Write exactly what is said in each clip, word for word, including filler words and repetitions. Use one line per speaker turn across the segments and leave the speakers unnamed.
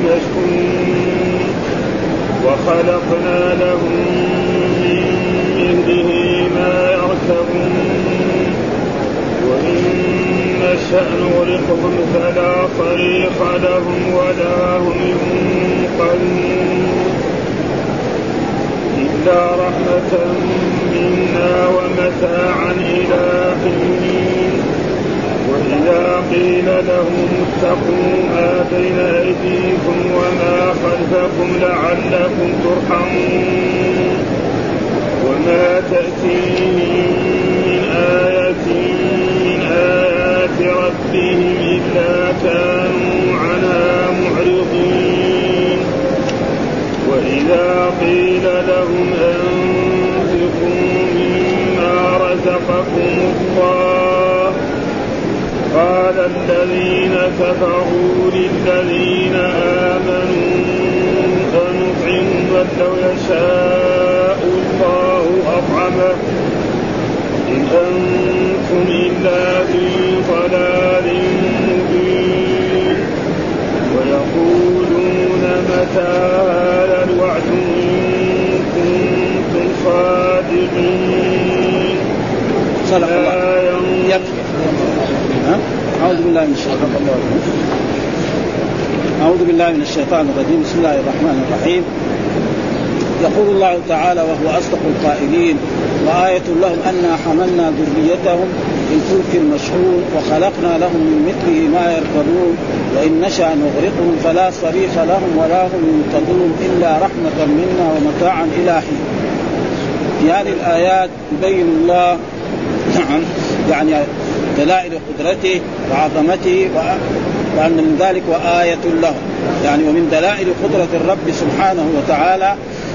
مشحون وخلقنا لهم من مثله ما يركبون وإن نشأ نغرقهم فلا صريخ لهم ولا هم ينقذون إلا رحمة منا ومتاعا إلى حين وإذا قيل لهم اتقوا ما بين أيديكم وما خلفكم لعلكم ترحمون وما تأتيهم من آية من آيات ربهم إلا كانوا عنها معرضين وإذا قيل لهم أنفقوا مما رزقكم الله قال الذين كفروا للذين آمنوا أنطعم من لو يشاء الله أطعمه إن أنتم إلا في ضلال مبين ويقولون متى هذا الوعد إن كنتم صادقين.
صدق الله. أعوذ بالله من الشيطان الرجيم. أعوذ بالله من الشيطان الرجيم. بسم الله الرحمن الرحيم. يقول الله تعالى وهو أصدق القائلين وآية لهم أنا حملنا ذريتهم في الفلك المشحون وخلقنا لهم من مثله ما يركبون وإن نشأ نغرقهم فلا صريخ لهم ولا هم ينقذون إلا رحمة منا ومتاعا إلى حين. في هذه الآيات يبين الله يعني دلائل قدرته وعظمته وأن من ذلك وآية له يعني ومن دلائل قدرة الرب سبحانه وتعالى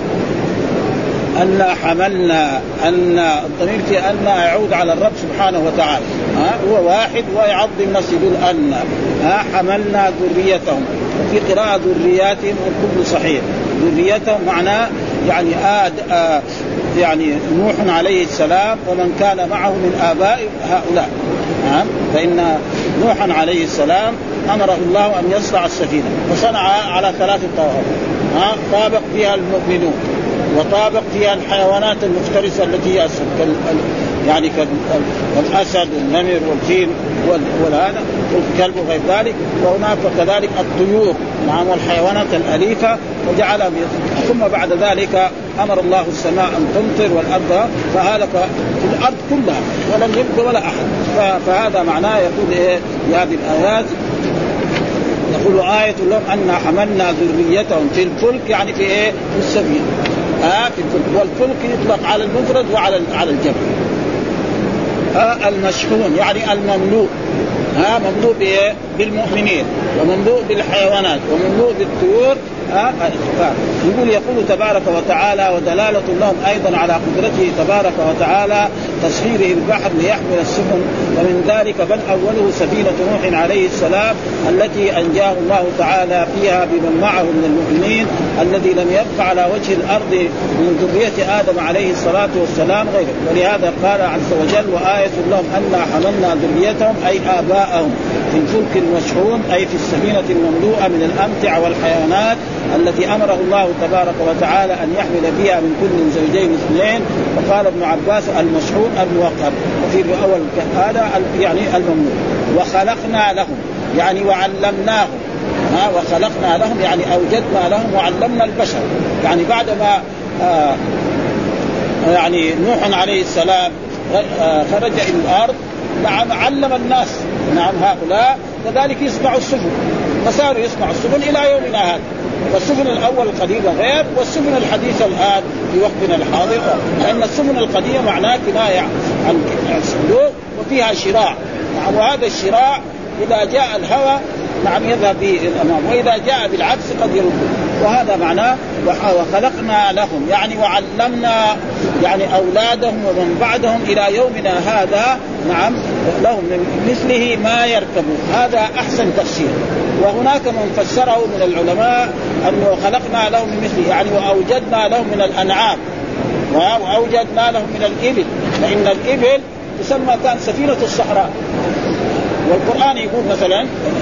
أن حملنا أن الضمير في أن يعود على الرب سبحانه وتعالى ها هو واحد ويعظم نفسه يقول أن ها حملنا ذريتهم وفي قراءة ذرياتهم والكل صحيح ذريتهم معناه يعني آد آه يعني نوح عليه السلام ومن كان معه من آباء هؤلاء ها فإن نوحا عليه السلام أمره الله أن يصنع السفينة فصنع على ثلاثة طوابق ها طابق فيها المؤمنون وطابق فيها الحيوانات المفترسة التي هي يعني كالأسد والنمر والفيل والهذا والكلب وغير ذلك وهناك كذلك الطيور نعم والحيوانات الأليفة وجعلها ثم بعد ذلك أمر الله السماء أن تمطر والأرض فهلك في الأرض كلها ولم يبق ولا أحد فهذا معناه يقول إيه هذه الآيات يقول آية لهم أن حملنا ذريتهم في الفلك يعني في إيه في السفينة آه في الفلك والفلك يطلق على المفرد وعلى على الجمع آه المشحون يعني المملوء ها آه مملوء بالمؤمنين ومملوء بالحيوانات ومملوء بالطيور آه يقول يقول تبارك وتعالى ودلالة لهم أيضا على قدرته تبارك وتعالى تسخيره البحر ليحمل السفن ومن ذلك بل أوله سفينة نوح عليه السلام التي أنجاه الله تعالى فيها بمن معه من المؤمنين الذي لم يبقى على وجه الأرض من ذرية آدم عليه الصلاة والسلام غيره ولهذا قال عز وجل وآية لهم أنا حملنا ذريتهم أي آباءهم في الفلك المشحون أي في السفينة المملوءة من الأمتع والحيوانات التي أمره الله تبارك وتعالى أن يحمل بها من كل زوجين اثنين وقال ابن عباس المشحون الموقر وفي الأول هذا يعني الممنوع وخلقنا لهم يعني وعلمناهم ها وخلقنا لهم يعني أوجدنا لهم وعلمنا البشر يعني بعدما آه يعني نوح عليه السلام آه خرج إلى الأرض نعم علم الناس نعم هؤلاء كذلك يصنعوا السفن فصاروا يصنعوا السفن إلى يومنا هذا والسفن الأول القديمة غير والسفن الحديثة الآن في وقتنا الحاضر لأن السفن القديمة معناه كناية عن الصندوق وفيها شراع نعم وهذا الشراع إذا جاء الهواء نعم يذهب به الأمام وإذا جاء بالعكس قد يرد وهذا معناه وخلقنا لهم يعني وعلمنا يعني أولادهم ومن بعدهم إلى يومنا هذا نعم لهم من مثله ما يركبون هذا أحسن تفسير وهناك من فسره من العلماء أنه خلقنا لهم من مثله يعني وأوجدنا لهم من الأنعام وأوجدنا لهم من الإبل فإن الإبل تسمى كان سفينة الصحراء والقرآن يقول مثلا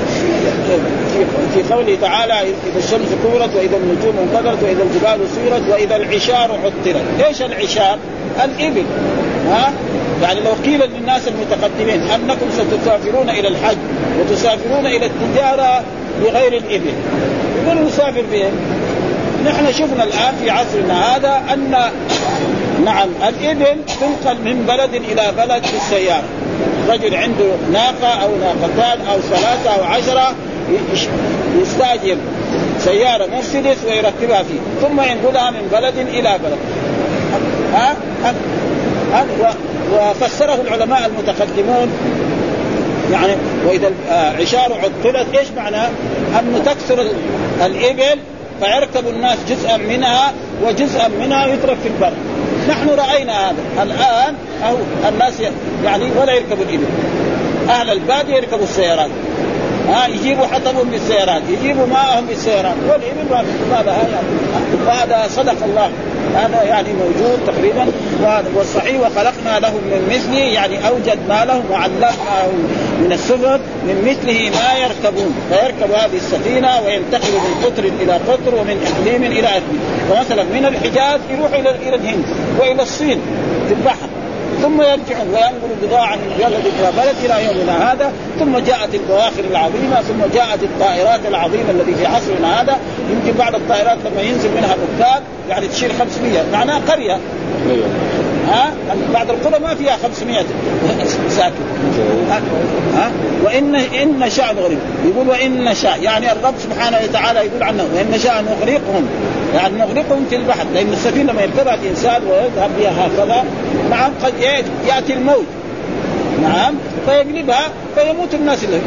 في قوله تعالى إذا الشمس كورت وإذا النجوم انكدرت وإذا الجبال سيرت وإذا العشار عطلت. إيش العشار؟ الإبل. ها يعني لو قيل للناس المتقدمين أنكم ستسافرون إلى الحج وتسافرون إلى التجارة بغير الإبل يقولوا نسافر بهم. نحن شفنا الآن في عصرنا هذا أن نعم الإبل تنقل من بلد إلى بلد بالسيارة. رجل عنده ناقة أو ناقتان أو ثلاثة أو عشرة يستأجر سيارة مرسيدس ويركبها فيه ثم ينقلها من بلد إلى بلد. ها ها وفسره العلماء المتقدمون يعني وإذا العشار عطلت إيش معناه؟ أن تكثر الإبل فيركب الناس جزءا منها وجزءا منها يترك في البر. نحن رأينا هذا الآن أو الناس يعني ولا يركبوا الإبل. أهل البادية يركبوا السيارات. ها يجيبوا حطبهم بالسيارات يجيبوا ماءهم بالسيارات والإبل ما لها يعني. وهذا صدق الله هذا يعني موجود تقريبا. والصحيح وخلقنا لهم من مثله يعني أوجدنا لهم وعلمناهم من السفن من مثله ما يركبون فيركب هذه السفينة وينتقل من قطر إلى قطر ومن إقليم إلى إقليم. فمثلا من الحجاز يروح إلى إلى الهند وإلى الصين في البحر ثم يرجعون وينقلوا بضاعة من بلد إلى بلد إلى يومنا هذا. ثم جاءت البواخر العظيمة ثم جاءت الطائرات العظيمة التي في عصرنا هذا. يمكن بعض الطائرات لما ينزل منها ركاب يعني تشيل خمسمية معناها قرية. ها بعض القرى ما فيها خمسمية ساكن. ها وإن إن شاء نغرق يقول وإن شاء يعني الرب سبحانه وتعالى يقول عنه وإن شاء نغرقهم يعني نغرقهم في البحر. لأن السفينة لما يركبها الإنسان ويذهب بها هكذا نعم قد يأتي الموت نعم فيقلبها فيموت الناس اللي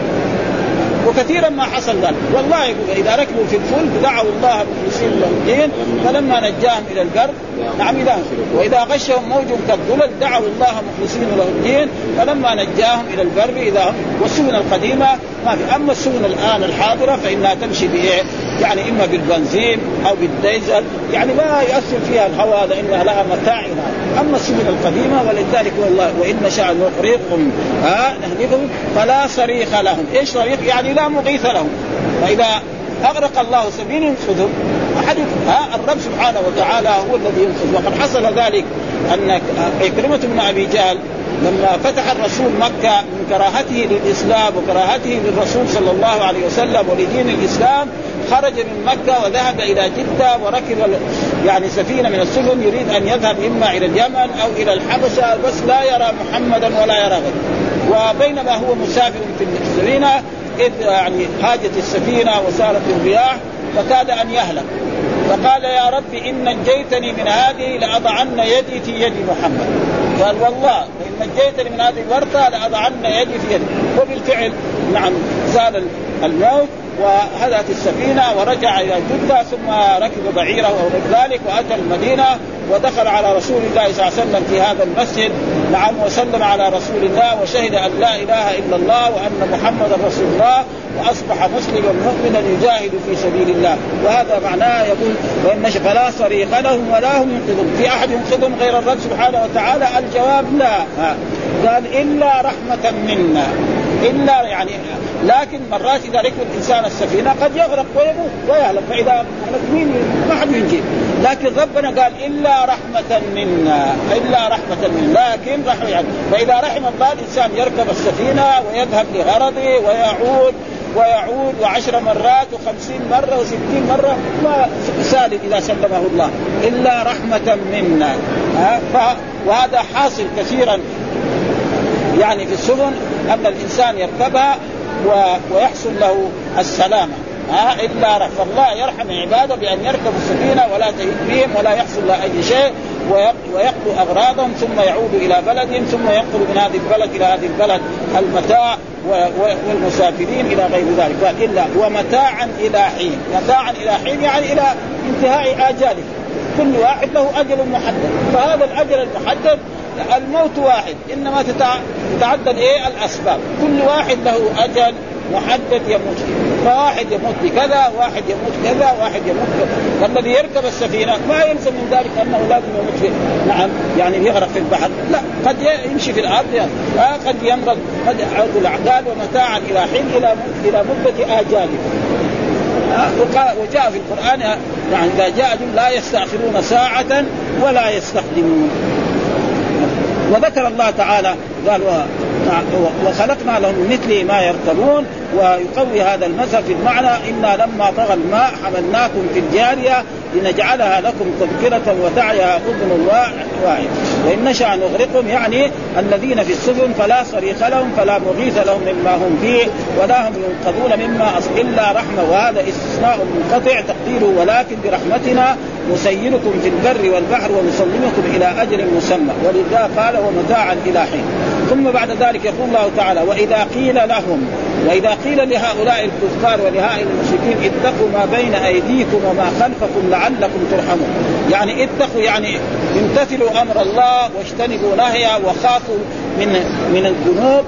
وكثيرا ما حصل ذلك. والله يقول إذا ركبوا في الفلك دعوا الله مخلصين له الدين فلما نجاهم إلى البر نعم إذا وإذا غشهم موج كالظلل دعوا الله مخلصين له الدين فلما نجاهم إلى البر إذا والسفن القديمة ما في. أما السفن الآن الحاضرة فإنها تمشي بإيه يعني إما بالبنزين أو بالديزل يعني ما يؤثر فيها الهواء لأنها لها متاع. أما السفن القديمة ولذلك والله وإن شاء نغرقهم ها نهلكهم فلا صريخ لهم. إيش صريخ يعني لا مغيث لهم. فإذا أغرق الله سفينة ينقذهم أحد ها الرب سبحانه وتعالى هو الذي ينقذ. وقد حصل ذلك أن عكرمة بن أبي جهل لما فتح الرسول مكة من كراهته للإسلام وكراهته للرسول صلى الله عليه وسلم ولدين الإسلام خرج من مكة وذهب إلى جدة وركب يعني سفينة من السفن يريد أن يذهب إما إلى اليمن أو إلى الحبشة بس لا يرى محمدا ولا يرى غيره. وبينما هو مسافر في السفينة إذ يعني هاجت السفينة وسارت الرياح فكاد أن يهلك فقال يا رب إن نجيتني من هذه لأضعن يدي في يد محمد. قال والله إن نجيتني من هذه الورطة لأضعن يدي في يدي. وبالفعل نعم زال الموت وهدأت السفينة ورجع إلى جدة ثم ركب بعيره أو ذلك وأتى المدينة ودخل على رسول الله صلى الله عليه وسلم في هذا المسجد نعم وسلم على رسول الله وشهد أن لا إله إلا الله وأن محمد رسول الله وأصبح مسلما مؤمنا يجاهد في سبيل الله. وهذا معناه يقول وإن فلا صريخ لهم ولا هم ينقذون. في أحد ينقذهم غير الرب سبحانه وتعالى؟ الجواب لا. قال إلا رحمة منا إلا يعني لكن مرات إذا ركب الإنسان السفينة قد يغرق ويموت ويهلك فإذا مين ما حد ينجي. لكن ربنا قال إلا رحمة منا إلا رحمة منا لكن رحمة يعني. فإذا رحم الله الإنسان يركب السفينة ويذهب لغرضه ويعود ويعود وعشر مرات وخمسين مرة وستين مرة ما سالم إذا سلمه الله إلا رحمة منا. وهذا حاصل كثيرا يعني في السفن أن الإنسان يركبها ويحصل له السلامة ها إلا رحمة الله يرحم عباده بأن يركبوا السفينة ولا تهيج بهم ولا يحصل له أي شيء ويقضوا أغراضهم ثم يعودوا إلى بلدهم ثم ينقلوا من هذه البلد إلى هذه البلد المتاع والمسافرين إلى غير ذلك. قال إلا ومتاعا إلى حين. متاعا إلى حين يعني إلى انتهاء آجاله. كل واحد له أجل محدد فهذا الأجل المحدد الموت واحد إنما تتعدد إيه الأسباب. كل واحد له أجل محدد يموت، فواحد يموت بكذا، واحد يموت كذا، واحد يموت كذا. والذي يركب السفينة ما يلزم من ذلك أنه لازم يموت فيه، نعم يعني يغرق في البحر، لا، قد يمشي في الأرض يعني. قد يمرض، قد يعود الأعقال ومتاعا إلى حين إلى إلى مدة آجال. وجاء في القرآن يعني إذا جاء أجل لا يستأخرون ساعة ولا يستقدمون. وذكر الله تعالى قال وخلقنا لهم مثل ما يركبون، ويقوي هذا المذهب في المعنى إنا لما طغى الماء حملناكم في الجارية لنجعلها لكم تذكرة وتعيها أذن واعي وإن نشأ نغرقهم، يعني الذين في السفن فلا صريخ لهم فلا مغيث لهم مما هم فيه ولا هم ينقذون مما أصل إلا رحمة. وهذا استثناء منقطع تقديره ولكن برحمتنا نسيركم في البر والبحر ونسلمكم إلى أجل مسمى، ولذا قال ومتاعا إلى حين. ثم بعد ذلك يقول الله تعالى وإذا قيل لهم، وإذا قيل لهؤلاء الكفار ولهؤلاء المشركين اتقوا ما بين أيديكم وما خلفكم لعلكم ترحمون، يعني اتقوا يعني امتثلوا أمر الله واجتنبوا نهيه وخافوا من من الذنوب.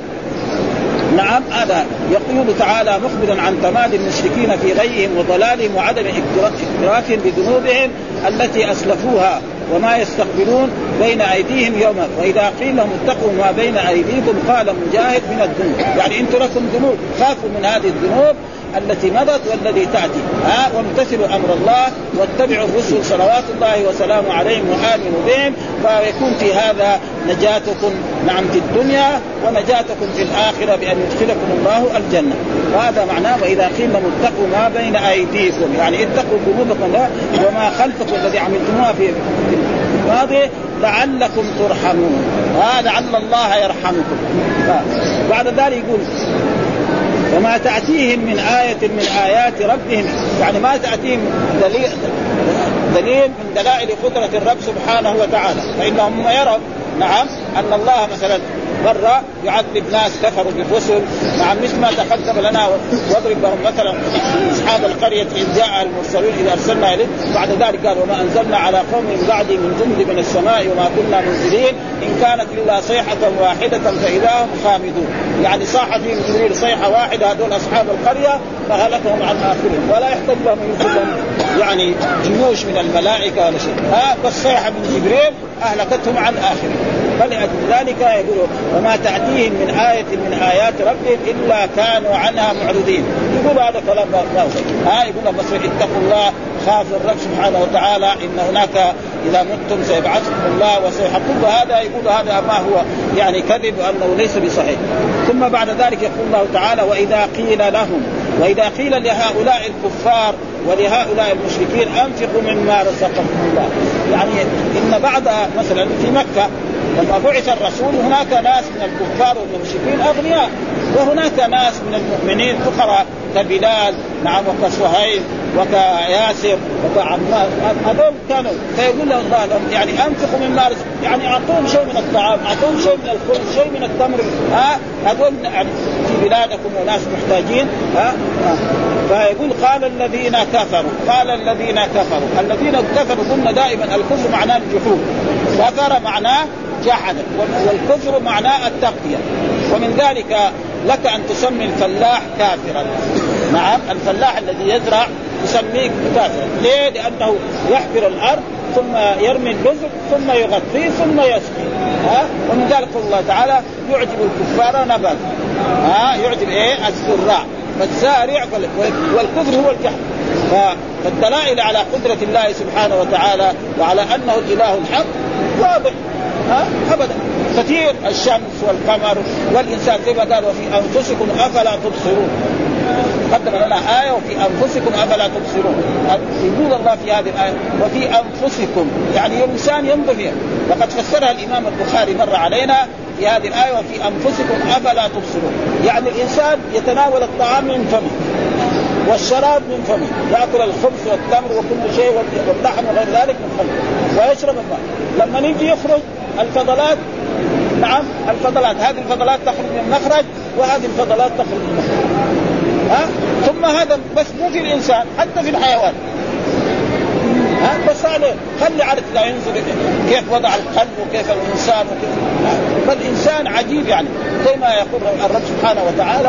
نعم هذا يقول تعالى مخبرا عن تمادي المشركين في غيهم وضلالهم وعدم اكترافهم بذنوبهم التي أسلفوها وما يستقبلون بين أيديهم يوما. وإذا قيل لهم اتقوا ما بين أيديكم قال مجاهد من الذنوب، يعني انتم لكم ذنوب، خافوا من هذه الذنوب التي مضت والذي تأتي، ها وامتثلوا أمر الله واتبعوا الرسل صلوات الله وسلامه عليهم وآمنوا بهم، فيكون في هذا نجاتكم نعم في الدنيا ونجاتكم في الآخرة بأن يدخلكم الله الجنة. وهذا معناه وإذا قيل لهم اتقوا ما بين أيديكم، يعني اتقوا ذنوبكم وما خلفكم الذي عملتموها في الماضي لعلكم ترحمون، لعل الله يرحمكم. بعد ذلك يقول وما تأتيهم من آية من آيات ربهم، يعني ما تأتيهم دليل, دليل من دلائل قدرة الرب سبحانه وتعالى، فإنهم يروا نعم أن الله مثلا مرة يعذب ناس كفروا بالرسل، نعم مثل ما تقدم لنا واضرب لهم مثلا أصحاب القرية إذ جاء المرسلون إذا أرسلنا إليه، بعد ذلك قال وما أنزلنا على قوم من بعد من جند من السماء وما كنا منزلين إن كانت إلا صيحة واحدة فإذا هم خامدون، يعني صاح فيهم جبريل صيحة واحدة هذول أصحاب القرية فهلكهم عن آخرهم ولا يحتاج لهم ينزلهم يعني جيوش من الملائكة ولا شيء، ها بس صيحة من جبريل أهلكتهم عن آخرهم. فلأجل ذلك يقولوا وما تأتيهم من آية من آيات ربهم إلا كانوا عنها معرضين. يقول هذا كلام باطل، ها يقول بس اتقوا الله خافوا الرب سبحانه وتعالى إن هناك إذا متم سيبعثكم الله وسيحكم، هذا يقول هذا ما هو يعني كذب وأنه ليس بصحيح. ثم بعد ذلك يقول الله تعالى وإذا قيل لهم، وإذا قيل لهؤلاء الكفار ولهؤلاء المشركين أنفقوا مما رزقكم الله، يعني إن بعد مثلا في مكة لما بعث الرسول هناك ناس من الكفار والمشركين أغنياء وهناك ناس من المؤمنين فقراء كبلال نعم وكسوهيل وكياسر وكعمار، هذول كانوا فيقول له الله لهم يعني أنفقوا مما رزق، يعني أعطوهم شيء من الطعام، أعطوهم شيء من الخبز، شيء من التمر، ها هذول يعني في بلادكم وناس محتاجين، ها فيقول قال الذين كفروا، قال الذين كفروا، الذين كفروا قلنا دائما الكفر معناه الجحود، كفر معناه جحد، والكفر معناه التغطية. ومن ذلك لك أن تسمي الفلاح كافرا، نعم الفلاح الذي يزرع يسميه كافرا، ليه؟ لأنه يحفر الأرض ثم يرمي البذر ثم يغطيه ثم يسقي، ها ومن ذلك الله تعالى يعجب الكفار نبات، ها يعجب ايه الزراع فالزارع، والكفر هو الجحد. فالدلائل على قدرة الله سبحانه وتعالى وعلى أنه الإله الحق واضح، ها أبدا كثير، الشمس والقمر والإنسان زي ما قال وفي أنفسكم أفلا تبصرون، قدم لنا آية وفي أنفسكم أفلا تبصرون، يقول الله في هذه الآية وفي أنفسكم، يعني الإنسان ينظر فيها، وقد فسرها الإمام البخاري مر علينا في هذه الآية وفي أنفسكم أفلا تبصرون، يعني الإنسان يتناول الطعام من فمه والشراب من فمه، يأكل الخبز والتمر وكل شيء واللحم وغير ذلك من فمه ويشرب الماء، لما نيجي يخرج الفضلات، نعم الفضلات هذه الفضلات تخرج من المخرج وهذه الفضلات تخرج من المخرج، ها ثم هذا بس مو في الإنسان حتى في الحيوان، ها بس عليه خلي عارف لا ينظر كيف وضع القلب وكيف الإنسان وكيف، فالإنسان عجيب يعني زي ما يقول الرب سبحانه وتعالى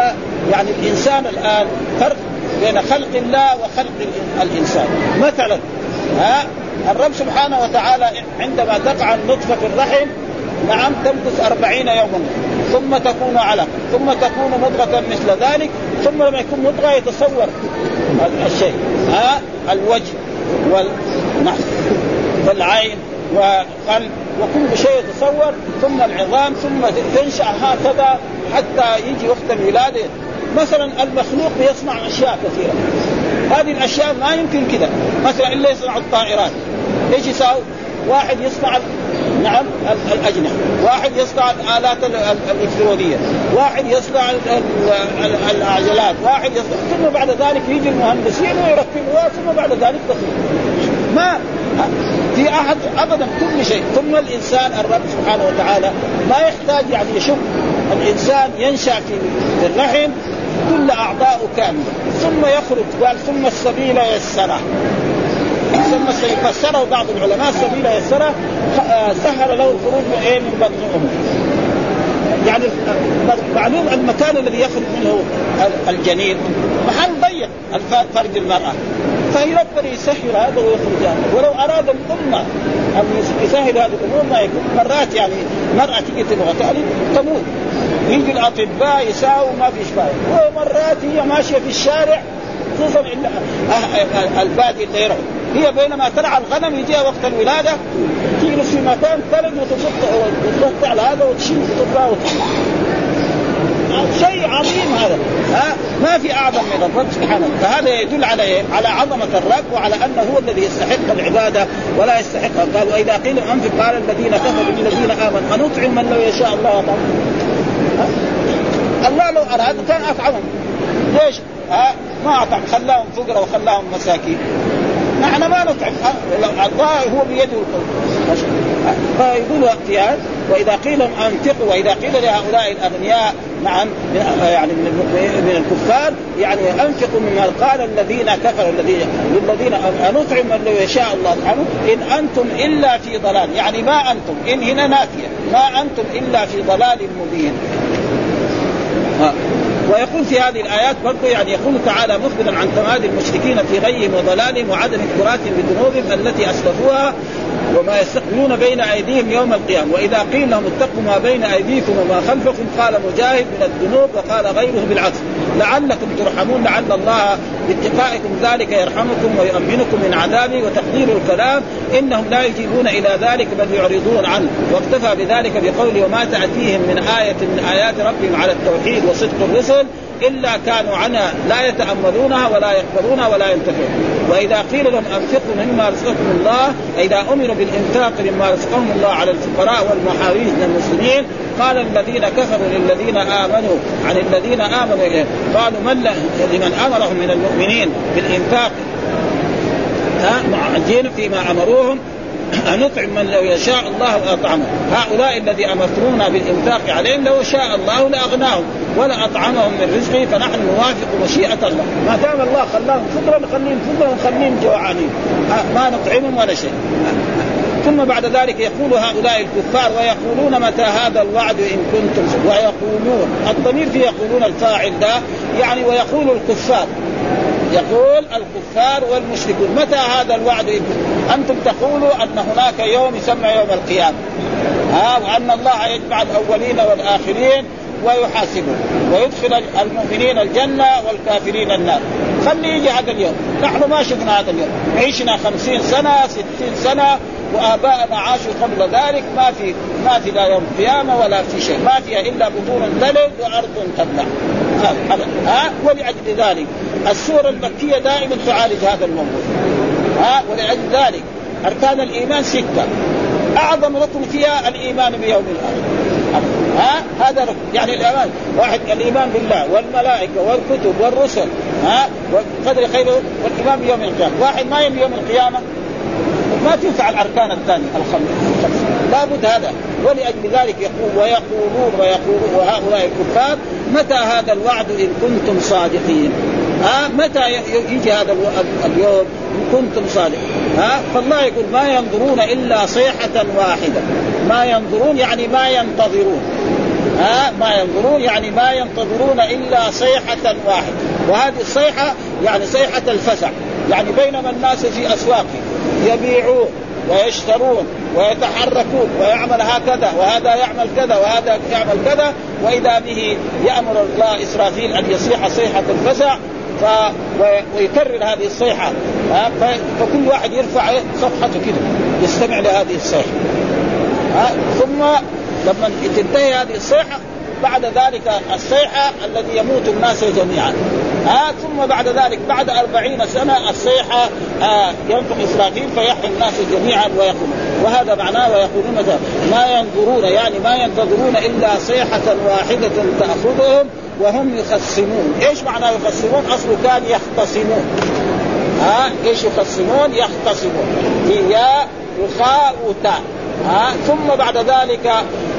يعني الإنسان الآن فرق بين خلق الله وخلق الإنسان. مثلا ها الرب سبحانه وتعالى عندما تقع النطفة في الرحم نعم تمكث أربعين يوما ثم تكون علقة ثم تكون مضغة مثل ذلك، ثم لما يكون مضغة يتصور الشيء ها الوجه والنحس والعين وقلب وكل شيء يتصور، ثم العظام ثم تنشأ هكذا حتى يجي وقت الولادة. مثلا المخلوق يصنع أشياء كثيرة، هذه الأشياء ما يمكن كذا. مثلا اللي يصنع الطائرات ايش يساوي؟ واحد يصنع نعم الأجنحة، واحد يصنع الآلات الإلكترونية، واحد يصنع العجلات، واحد يصنع، ثم بعد ذلك يجي المهندسين ويركبوها، ثم بعد ذلك تخلق. ما في أحد أبدا كل شيء. ثم الإنسان الرب سبحانه وتعالى ما يحتاج يعني يشوف الإنسان ينشأ في الرحم كل أعضاء كاملة ثم يخرج، قال ثم السبيل يسره، ثم فسره بعض العلماء السبيل يسره سهل له الخروج من ايه من بطن امه. يعني معلوم المكان الذي يخرج منه الجنين محل ضيق فرج المرأة، فيربنا يسهل هذا ويخرج هذا. ولو أراد الأمة أن يسهل هذه الأمور ما يكون. مرات يعني مرأة تيجي تبغى تألي تموت، يجي الأطباء يساووا ما في شفاء، ومرات هي ماشية في الشارع خصوصا البادي اللي يرعوا، هي بينما ترعى الغنم يجيها وقت الولادة تجلس في مكان تلد وتضغط على هذا وتشيل وتطلع وتشيل. شيء عظيم هذا ها ما في أعظم من الرب سبحانه. فهذا يدل على على عظمة الرب وعلى أنه هو الذي يستحق العبادة ولا يستحق. قال وإذا قيل أنفق قال الذين كفروا للذين آمنوا أنطعم من لو يشاء الله أطعمه. الله لو أراد كان أطعمهم. ليش؟ ها ما أطعم، خلاهم فقراء وخلاهم مساكين. نحن ما نطعم، الله هو بيده القدرة. فيقول في هذا وإذا قيل أنفقوا، وإذا قيل لهؤلاء الأغنياء نعم يعني من الكفار يعني أنفقوا مما قال الذين كفروا الذين للذين أنطعم من لو يشاء الله أطعمه إن أنتم إلا في ضلال. يعني ما أنتم، إن هنا نافية، ما أنتم إلا في ضلال مبين. ويقول في هذه الآيات برضو يعني يقول تعالى مخبرا عن تمادي المشركين في غيهم وضلالهم وعدم اكتراثهم بذنوبهم التي أسلفوها وما يستقبلون بين أيديهم يوم القيامة. وإذا قيل لهم اتقوا ما بين أيديكم وما خلفكم قال مجاهد من الذنوب وقال غيره بالعكس لعلكم ترحمون، لعل الله باتقائكم ذلك يرحمكم ويؤمنكم من عذابه. وتقدير الكلام إنهم لا يجيبون إلى ذلك بل يعرضون عنه. واكتفى بذلك بقوله وما تأتيهم من آية من آيات ربهم على التوحيد وصدق الرسل إلا كانوا عنها لا يتأملونها ولا يقبلونها ولا ينتفعون. وإذا قيل لهم أنفقوا مما رزقكم الله، إذا أمروا بالإنفاق مما رزقهم الله على الفقراء والمحاويج من المسلمين قال الذين كفروا للذين آمنوا عن الذين آمنوا إليه قالوا من لمن أمرهم من المؤمنين بالإنفاق معجين فيما أمروهم أنطعم من لو يشاء الله أطعمه. هؤلاء الذي أمرتمونا بالإنفاق عليهم لو شاء الله لأغناهم ولا أطعمهم من رزقه فنحن نوافق مشيئة الله. ما دام الله خلاهم فقرا نخليهم فقرا ونخليهم جوعانين ما نطعمهم ولا شيء. ثم بعد ذلك يقول هؤلاء الكفار ويقولون متى هذا الوعد إن كنتم. ويقولون الضمير في يقولون الفاعل ده يعني ويقول الكفار، يقول الكفار والمشركون متى هذا الوعد إن أنتم تقولوا أن هناك يوم يسمى يوم القيامة ها وأن الله يجمع الأولين والآخرين ويحاسبهم ويدخل المؤمنين الجنة والكافرين النار. خلي يجي هذا اليوم، نحن ما شفنا هذا اليوم، عيشنا خمسين سنة ستين سنة وآباءنا عاشوا قبل ذلك، ما في ما في لا يوم قيامة ولا في شيء، ما فيها إلا بطون تلد وأرض تبلع. ها ولأجل ذلك السورة المكية دائما تعالج هذا الموضوع. ها ولأجل ذلك أركان الإيمان ستة، أعظم ركن فيها الإيمان بيوم الآخر. ها هذا ركن يعني الإيمان واحد، الإيمان بالله والملائكة والكتب والرسل ها وقدر خيره والإيمان بيوم القيامة. واحد ما يوم يوم القيامة ما تنفع الأركان الثانية الخمسة، لابد هذا. ولأجل ذلك يقول ويقولون ويقولون وهؤلاء الكفار متى هذا الوعد إن كنتم صادقين. ها متى يجي هذا اليوم إن كنتم صادقين. ها فالله يقول ما ينظرون إلا صيحة واحدة، ما ينظرون يعني ما ينتظرون. ها ما ينظرون يعني ما ينتظرون إلا صيحة واحدة. وهذه الصيحة يعني صيحة الفزع، يعني بينما الناس في أسواقهم يبيعون ويشترون ويتحركون ويعمل هكذا وهذا يعمل كذا وهذا يعمل كذا، وإذا به يأمر الله إسرافيل أن يصيح صيحة الفزع ف... ويكرر هذه الصيحة، فكل واحد يرفع صفحته كده يستمع لهذه الصيحة. ثم لما تنتهي هذه الصيحة بعد ذلك الصيحة الذي يموت الناس جميعا. آه ثم بعد ذلك بعد أربعين سنة الصيحة آه ينفخ إسرافيل فيحيي الناس جميعا ويقومون. وهذا معناه ويقولون ما ينظرون يعني ما ينتظرون إلا صيحة واحدة تأخذهم وهم يخصمون. إيش معنى يخصمون؟ أصله كان يختصمون. ها آه إيش يخصمون؟ يختصمون في ياء وخاء وتاء. ها ثم بعد ذلك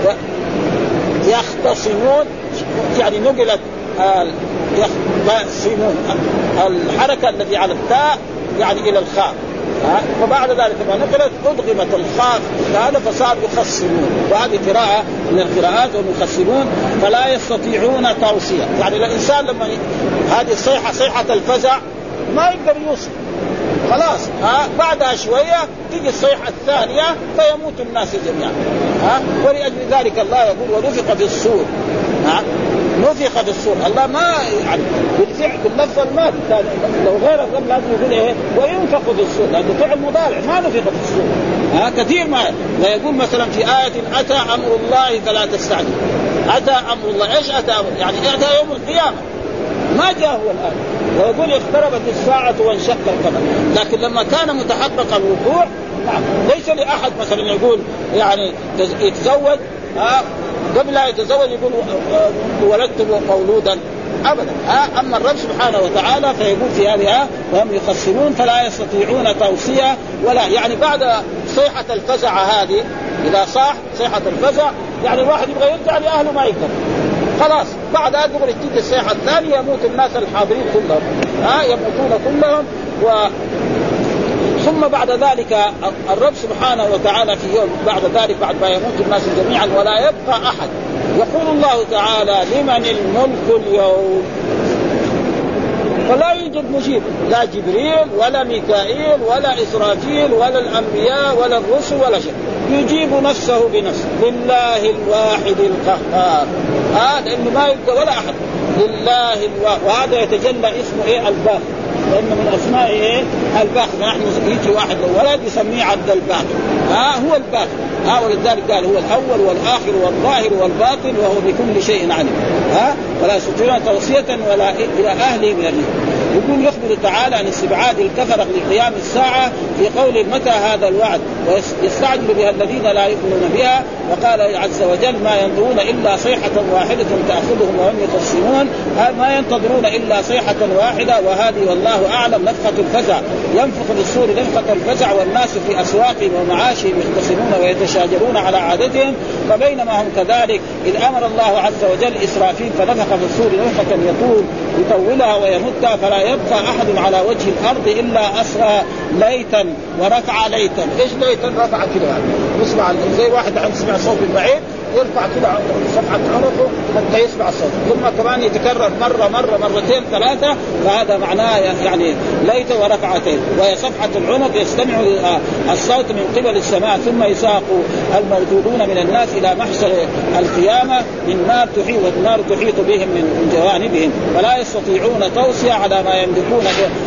يختصمون يعني نقلت آه يختصمون الحركة التي على التاء يعني إلى الخاء. ها وبعد ذلك ما نقلت أدغمت الخاء هذا فصار يخصمون. وهذه قراءة من القراءات ومخصمون. فلا يستطيعون توصية يعني الإنسان لما ي... هذه الصيحة صيحة الفزع ما يقدر يوصل خلاص. ها بعدها شوية تيجي الصيحة الثانية فيموت الناس جميعا. ها ولأجل ذلك الله يقول ونفخ في الصور. ها نفخ في الصور الله ما يعني بالفعل باللفظ الماضي، لو غير الرب لازم يقول ايه وينفخ في الصور لأنه فعل مضارع ما نفخ في الصور. ها كثير ما لا يقول مثلا في آية أتى أمر الله فلا تستعجل. أتى أمر الله إيش أتى أمر يعني أتى يوم القيامة ما جاء هو الآن. ويقول اقتربت الساعة وانشق القمر، لكن لما كان متحقق الوقوع نعم ليس لأحد مثلا يقول يعني يتزوج آه قبل لا يتزوج يقول ولدت مولودا أبدا. آه أما الرب سبحانه وتعالى فيقول في هذه وهم يخصمون فلا يستطيعون توصية ولا يعني بعد صيحة الفزع هذه إذا صاح صيحة الفزع يعني الواحد يبغى يرجع لأهله ما يقدر خلاص. بعد هذا يقول تجي الصيحة الثانية يموت الناس الحاضرين كلهم. ها آه يموتون كلهم. و ثم بعد ذلك الرب سبحانه وتعالى في يوم بعد ذلك بعد ما يموت الناس جميعا ولا يبقى أحد يقول الله تعالى لمن الملك اليوم فلا يوجد مجيب لا جبريل ولا ميكائيل ولا إسرافيل ولا الأنبياء ولا الرسل ولا شيء يجيب نفسه بنفسه لله الواحد القهار. هذا آه إنه ما يبقى ولا أحد لله الواحد. وهذا يتجلى اسمه إيه الباقي لأنه من أسماء إيه الباقي. نحن يجي واحد لو ولد يسميه عبد الباقي. ها آه هو الباقي. ها آه ولذلك قال هو الأول والآخر والظاهر والباطن وهو بكل شيء عليم. ها آه ولا يستطيعون توصية ولا إلى أهله من الرزق. يقول يخبر تعالى عن استبعاد الكفرة لقيام الساعة في قول متى هذا الوعد ويستعجل بها الذين لا يؤمنون بها. وقال عز وجل ما ينظرون إلا صيحة واحدة تأخذهم وهم يخصمون. ما ينتظرون إلا صيحة واحدة. وهذه والله أعلم نفخة الفزع ينفخ بالصور نفخة الفزع والناس في أسواقهم ومعاشهم يختصمون ويتشاجرون على عادتهم. فبينما هم كذلك إذ أمر الله عز وجل إسرافيل فنفخ في الصور نفخة يطول يطولها ويمدها فلا يبقى أحد على وجه الأرض إلا أسرى ليتا ورفع ليتا. إيش ليتا؟ رفع كده يسمع زي واحد عند سمع صوت بعيد يرفع كده صفحة عنقه حتى يسمع الصوت. ثم كمان يتكرر مرة مرة مرتين ثلاثة فهذا معناه يعني ليت ورفعتين. وهي صفحة العنق يستمع الصوت من قبل السماء ثم يساق الموجودون من الناس إلى محشر القيامة من نار تحيط والنار تحيط بهم من جوانبهم ولا يستطيعون توصية على ما يملكون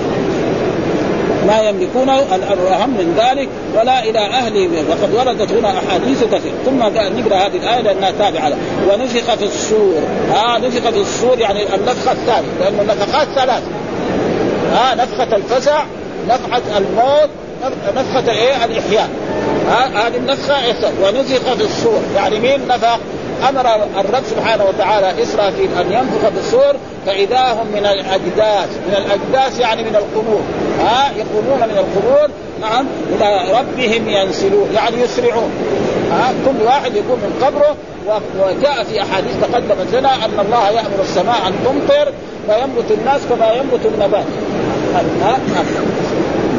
ما يملكونه الأهم من ذلك ولا إلى أهله. وقد وردت هنا أحاديث كثير. ثم نقرأ هذه الآية لأنها تابعة له. ونفخ في الصور. آه نفخ في الصور يعني النفخة الثانية لأن النفخات ثلاث. آه نفخة الفزع نفخة الموت نفخة إيه الإحياء. آه هذه النفخة ونفخ في الصور يعني مين نفخ؟ أمر الرب سبحانه وتعالى إسرافيل أن ينفخ بالصور فإذا هم من الأجداث من الأجداث يعني من القبور. ها يقومون من القبور نعم إلى ربهم ينسلون يعني يسرعون. ها كل واحد يقوم من قبره. وجاء في أحاديث تقدمت لنا أن الله يأمر السماء أن تمطر فينبت الناس كما ينبت النبات. ها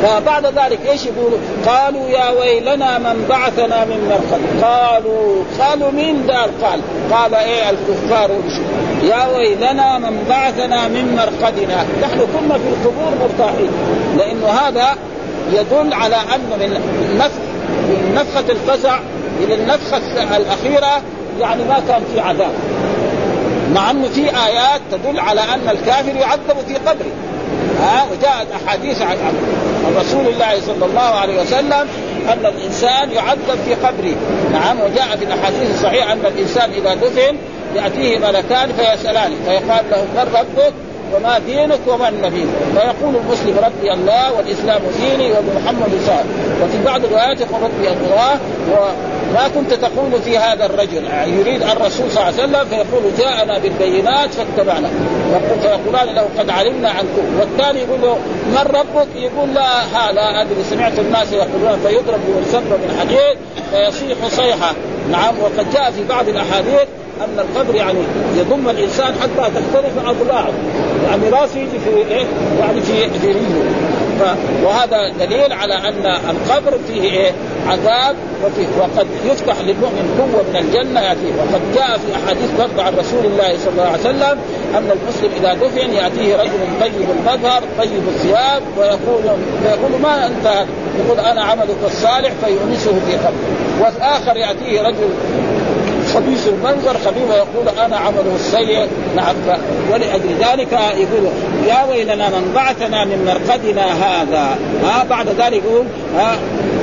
فبعد ذلك ايش يقولوا؟ قالوا يا ويلنا من بعثنا من مرقد. قالوا قالوا مين دار؟ قال قال ايه الكفار يا ويلنا من بعثنا من مرقدنا، نحن كنا في القبور مرتاحين. لانه هذا يدل على ان من نفخة الفزع الى النفخة الاخيرة يعني ما كان في عذاب، مع انه في ايات تدل على ان الكافر يعذب في قبره. ها وجاءت احاديث عن رسول الله صلى الله عليه وسلم ان الانسان يعذب في قبره. نعم وجاء في الاحاديث الصحيحه ان الانسان اذا دفن ياتيه ملكان فيسالانه فيقال له من ربك وما دينك ومن نبيك؟ فيقول المسلم ربي الله والاسلام ديني ومحمد صلى الله عليه وسلم. وفي بعض الروايات يقول ربي الله وما كنت تقول في هذا الرجل، يريد الرسول صلى الله عليه وسلم، فيقول جاءنا بالبينات فاتبعنا، فيقولان له قد علمنا عنكم. والثاني يقول له من ربك؟ يقول لا ها لا ادري، سمعت الناس يقولون، فيضرب بالسب من حديد فيصيح صيحه. نعم وقد جاء في بعض الاحاديث أن القبر يعني يضم الإنسان حتى تختلف أضلاعه، يعني راسه يجي في إيه؟ يعني في في رجله. وهذا دليل على أن القبر فيه إيه؟ عذاب، وفيه وقد يفتح للمؤمن قوة من الجنة يأتيه. وقد جاء في أحاديث برضه عن رسول الله صلى الله عليه وسلم أن المسلم إذا دفن يأتيه رجل طيب المظهر طيب الثياب ويقول فيقول ما أنت؟ يقول أنا عملك الصالح فيؤنسه في قبره. والآخر يأتيه رجل خبيث المنظر خبيث ويقول أنا عمله السيء. نعم ولأجل ذلك يقول يا ويلنا من بعثنا من مرقدنا هذا. ها بعد ذلك يقول ها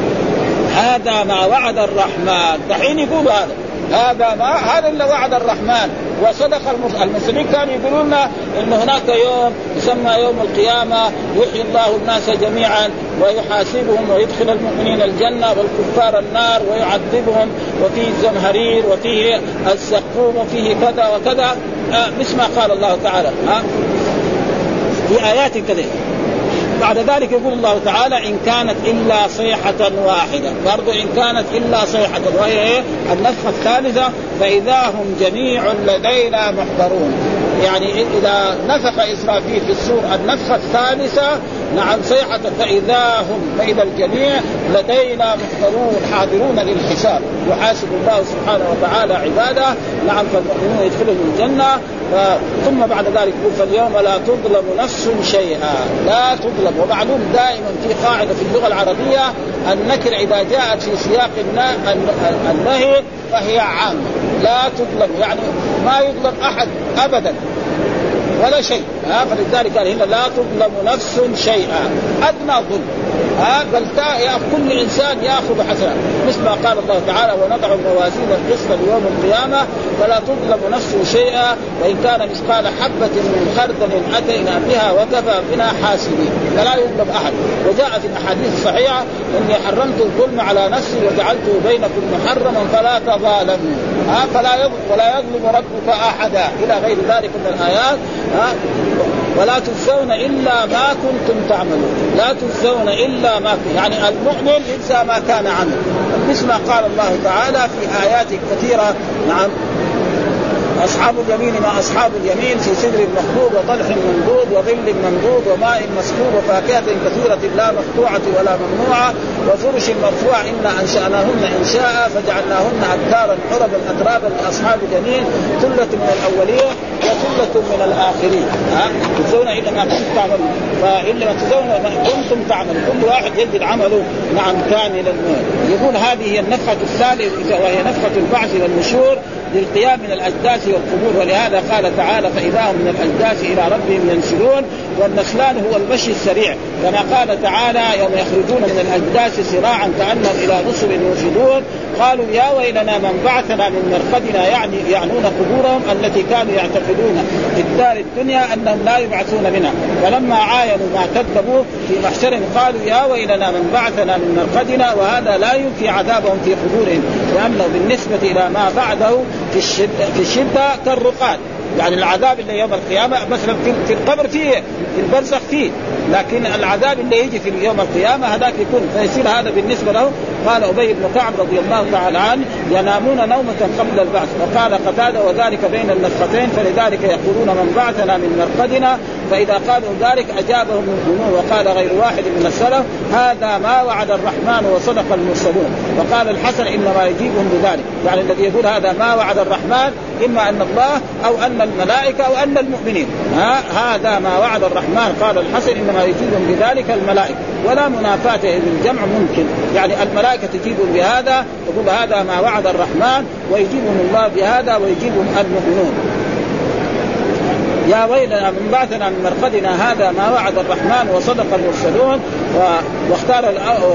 هذا ما وعد الرحمن. دحين يقول هذا هذا ما هذا اللي وعد الرحمن. وصدق المسلمين كانوا يقولون إن هناك يوم يسمى يوم القيامة يحيي الله الناس جميعا ويحاسبهم ويدخل المؤمنين الجنة والكفار النار ويعذبهم، وفيه الزمهرير وفيه الزقوم وفيه كذا وكذا آه مثل ما قال الله تعالى آه في آيات كذا. بعد ذلك يقول الله تعالى إن كانت إلا صيحة واحدة، برضو إن كانت إلا صيحة وهي إيه؟ النفخة الثالثة فإذا هم جميع لدينا محضرون. يعني إذا نفخ إسرافيل في الصور النفخة الثالثة نعم صيحة فإذا هم فإذا الجميع لدينا محضرون حاضرون للحساب، يحاسب الله سبحانه وتعالى عباده. نعم فالمؤمنون يدخلهم الجنة. ثم بعد ذلك فاليوم لا تظلم نفس شيئا، لا تظلم. ومعلوم دائما في قاعدة في اللغة العربية النكر إذا جاءت في سياق النهي فهي عامة، لا تظلم يعني ما يظلم أحد أبدا ولا شيء. ها فلذلك قال هنا لا تظلم نفس شيئا أدنى ظلم. ها بل كل إنسان يأخذ حسنات مثل ما قال الله تعالى ونضع الموازين القسط ليوم القيامة فلا تظلم نفس شيئا وإن كان مثقال حبة من خردل أتينا بها وكفى بنا حاسبين. فلا يظلم أحد. وجاء في الأحاديث الصحيحة إني حرمت الظلم على نفسي وجعلته بينكم محرما فلا تظالموا. ها فلا يظلم ولا يظلم ربك أحدا إلى غير ذلك من الآيات. ها ولا تجزون إلا ما كنتم تعملون، لا تجزون إلا ما كنتم، يعني المؤمن يجزى ما كان عنه مثل ما قال الله تعالى في آيات كثيرة. نعم أصحاب اليمين ما أصحاب اليمين في سدر مخضود وطلح منضود وظل ممدود وماء مسكوب وفاكهة كثيرة لا مقطوعة ولا ممنوعة وفرش مرفوعة إنا أنشأناهن إنشاء فجعلناهن أبكارا عربا أترابا لأصحاب اليمين ثلة من الأولين وثلة من الآخرين. ها تجزون إلا ما كنتم تعملون فإلا ما تجزون ما كنتم تعملون. كل واحد يجد عمله نعم كاملا. يقول هذه هي النفخة الثالثة وهي نفخة البعث والنشور للقيام من الأجداث والقبور. ولهذا قال تعالى فإذا هم من الأجداث إلى ربهم ينسلون. والنسلان هو المشي السريع كما قال تعالى يوم يخرجون من الأجداث سراعا كأنهم إلى نصب يوفدون قالوا يا ويلنا من بعثنا من مرقدنا، يعني يعنون قبورهم التي كانوا يعتقدون في الدار الدنيا أنهم لا يبعثون منها. فلما عاينوا ما كذبوا في محشر قالوا يا ويلنا من بعثنا من مرقدنا. وهذا لا ينفي عذابهم في قبورهم لأنه بالنسبة إلى ما بعده في الشدة, في الشدة كالرقاد. يعني العذاب اللي يوم القيامة مثلا في القبر فيه في البرزخ فيه، لكن العذاب اللي يجي في يوم القيامة هذاك يكون فيصير هذا بالنسبة له. قال أبي بن كعب رضي الله تعالى عنه ينامون نومة قبل البعث. وقال قتادة وذلك بين النفختين فلذلك يقولون من بعثنا من مرقدنا، فإذا قالوا ذلك أجابهم المؤمنون. وقال غير واحد من السلف هذا ما وعد الرحمن وصدق المرسلون. وقال الحسن إنما يجيبهم بذلك، يعني الذي يقول هذا ما وعد الرحمن إما أن الله أو أن الملائكة أو أن المؤمنين، ها هذا ما وعد الرحمن. قال الحسن إنما يجيبهم بذلك الملائكة، ولا منافاة بالجمع ممكن، يعني الملائكة تجيبهم بهذا يقول هذا ما وعد الرحمن ويجيبهم الله بهذا ويجيبهم المؤمنون. يا ويلنا من بعثنا من مرقدنا هذا ما وعد الرحمن وصدق المرسلون. واختار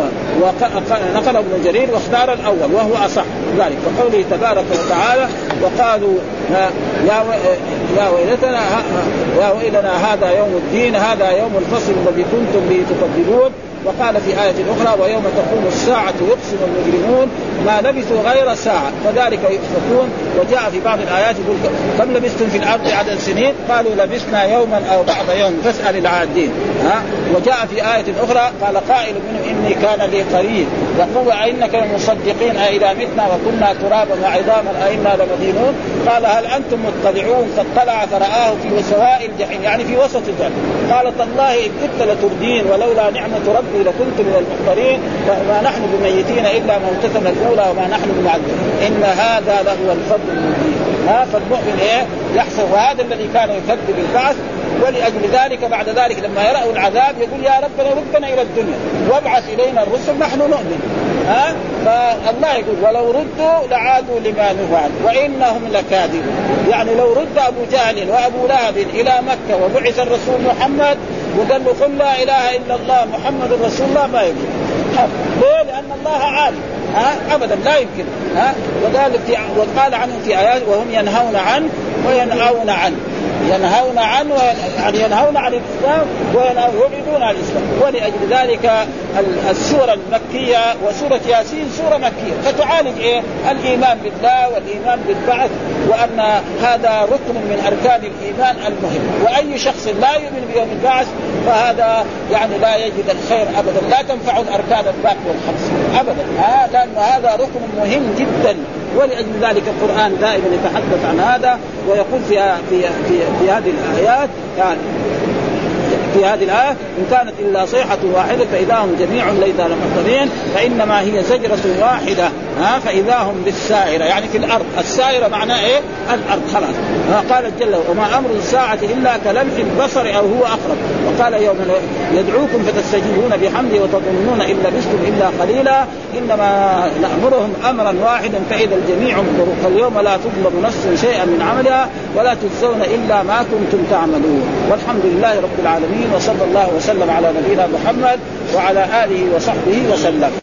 ونقل ابن جرير واختار الأول وهو أصح ذلك، وقوله تبارك وتعالى وقالوا يا يا ويلتنا يا ويلنا هذا يوم الدين هذا يوم الفصل الذي كنتم به تكذبون. وقال في آية أخرى ويوم تقوم الساعة يقسم المجرمون ما لبثوا غير ساعة فذلك يؤفكون. وجاء في بعض الآيات يقول كم لبثتم في الأرض عدد سنين قالوا لبثنا يوما أو بعض يوم فاسأل العادين. ها وجاء في آية أخرى قال قائل منهم إني كان لي قرين يقول أئنك المصدقين أئذا متنا وكنا ترابا وعظاما أئنا لمدينون. قال هل أنتم مطلعون فاطلع فرآه في سواء الجحيم يعني في وسط الجحيم. قال تالله إن كنت لتردين ولولا نعمة ربي لكنت من المحضرين وما نحن بميتين إلا موتتنا الأولى وما نحن بمعذبين إن هذا لهو الفضل المبين. ها فالمؤمن إيه يحسب وهذا الذي كان يكذب البعث. ولأجل ذلك بعد ذلك لما يرأوا العذاب يقول يا ربنا ردنا إلى الدنيا وابعث إلينا الرسل نحن نؤمن. ها فالله يقول ولو ردوا لعادوا لما نهوا عنه وإنهم لكاذبون. يعني لو رد أبو جهل وأبو لهب إلى مكة وبعث الرسول محمد وقال له قل لا إله إلا الله محمد رسول الله ما يمكن. ليه؟ لأن الله عالم. ها أبدا لا يمكن. ها وقال في وقال عنه في آيات وهم ينهون عنه وينهون عنه ينهون عنه يعني ينهون عن الإسلام ويبعدون عن الإسلام. ولأجل ذلك السورة المكية وسورة ياسين سورة مكية فتعالج إيه الإيمان بالله والإيمان بالبعث وأن هذا ركن من أركان الإيمان المهم. وأي شخص لا يؤمن بيوم البعث فهذا يعني لا يجد الخير أبدا لا تنفع الأركان الباقية الخمس أبدا. ها لأن هذا ركن مهم جدا. ولأجل ذلك القرآن دائما يتحدث عن هذا ويقول في في في, في هذه الآيات يعني في هذه الآية إن كانت إلا صيحة واحدة فإذا هم جميع ليس محضرين فإنما هي زجرة واحدة ها فإذا هم بالسائرة يعني في الأرض. السائرة معناه إيه الأرض خلاص. قال جل وما أمر الساعة إلا كلمح البصر أو هو أقرب. وقال يوم يدعوكم فتستجيبون بحمده وتظنون إن لبثتم إلا قليلا إنما نأمرهم أمرا واحدا فإذا الجميع انظروا فاليوم لا تظلم نفس شيئا من عملها ولا تجزون إلا ما كنتم تعملون. والحمد لله رب العالمين وصلى الله وسلم على نبينا محمد وعلى آله وصحبه وسلم.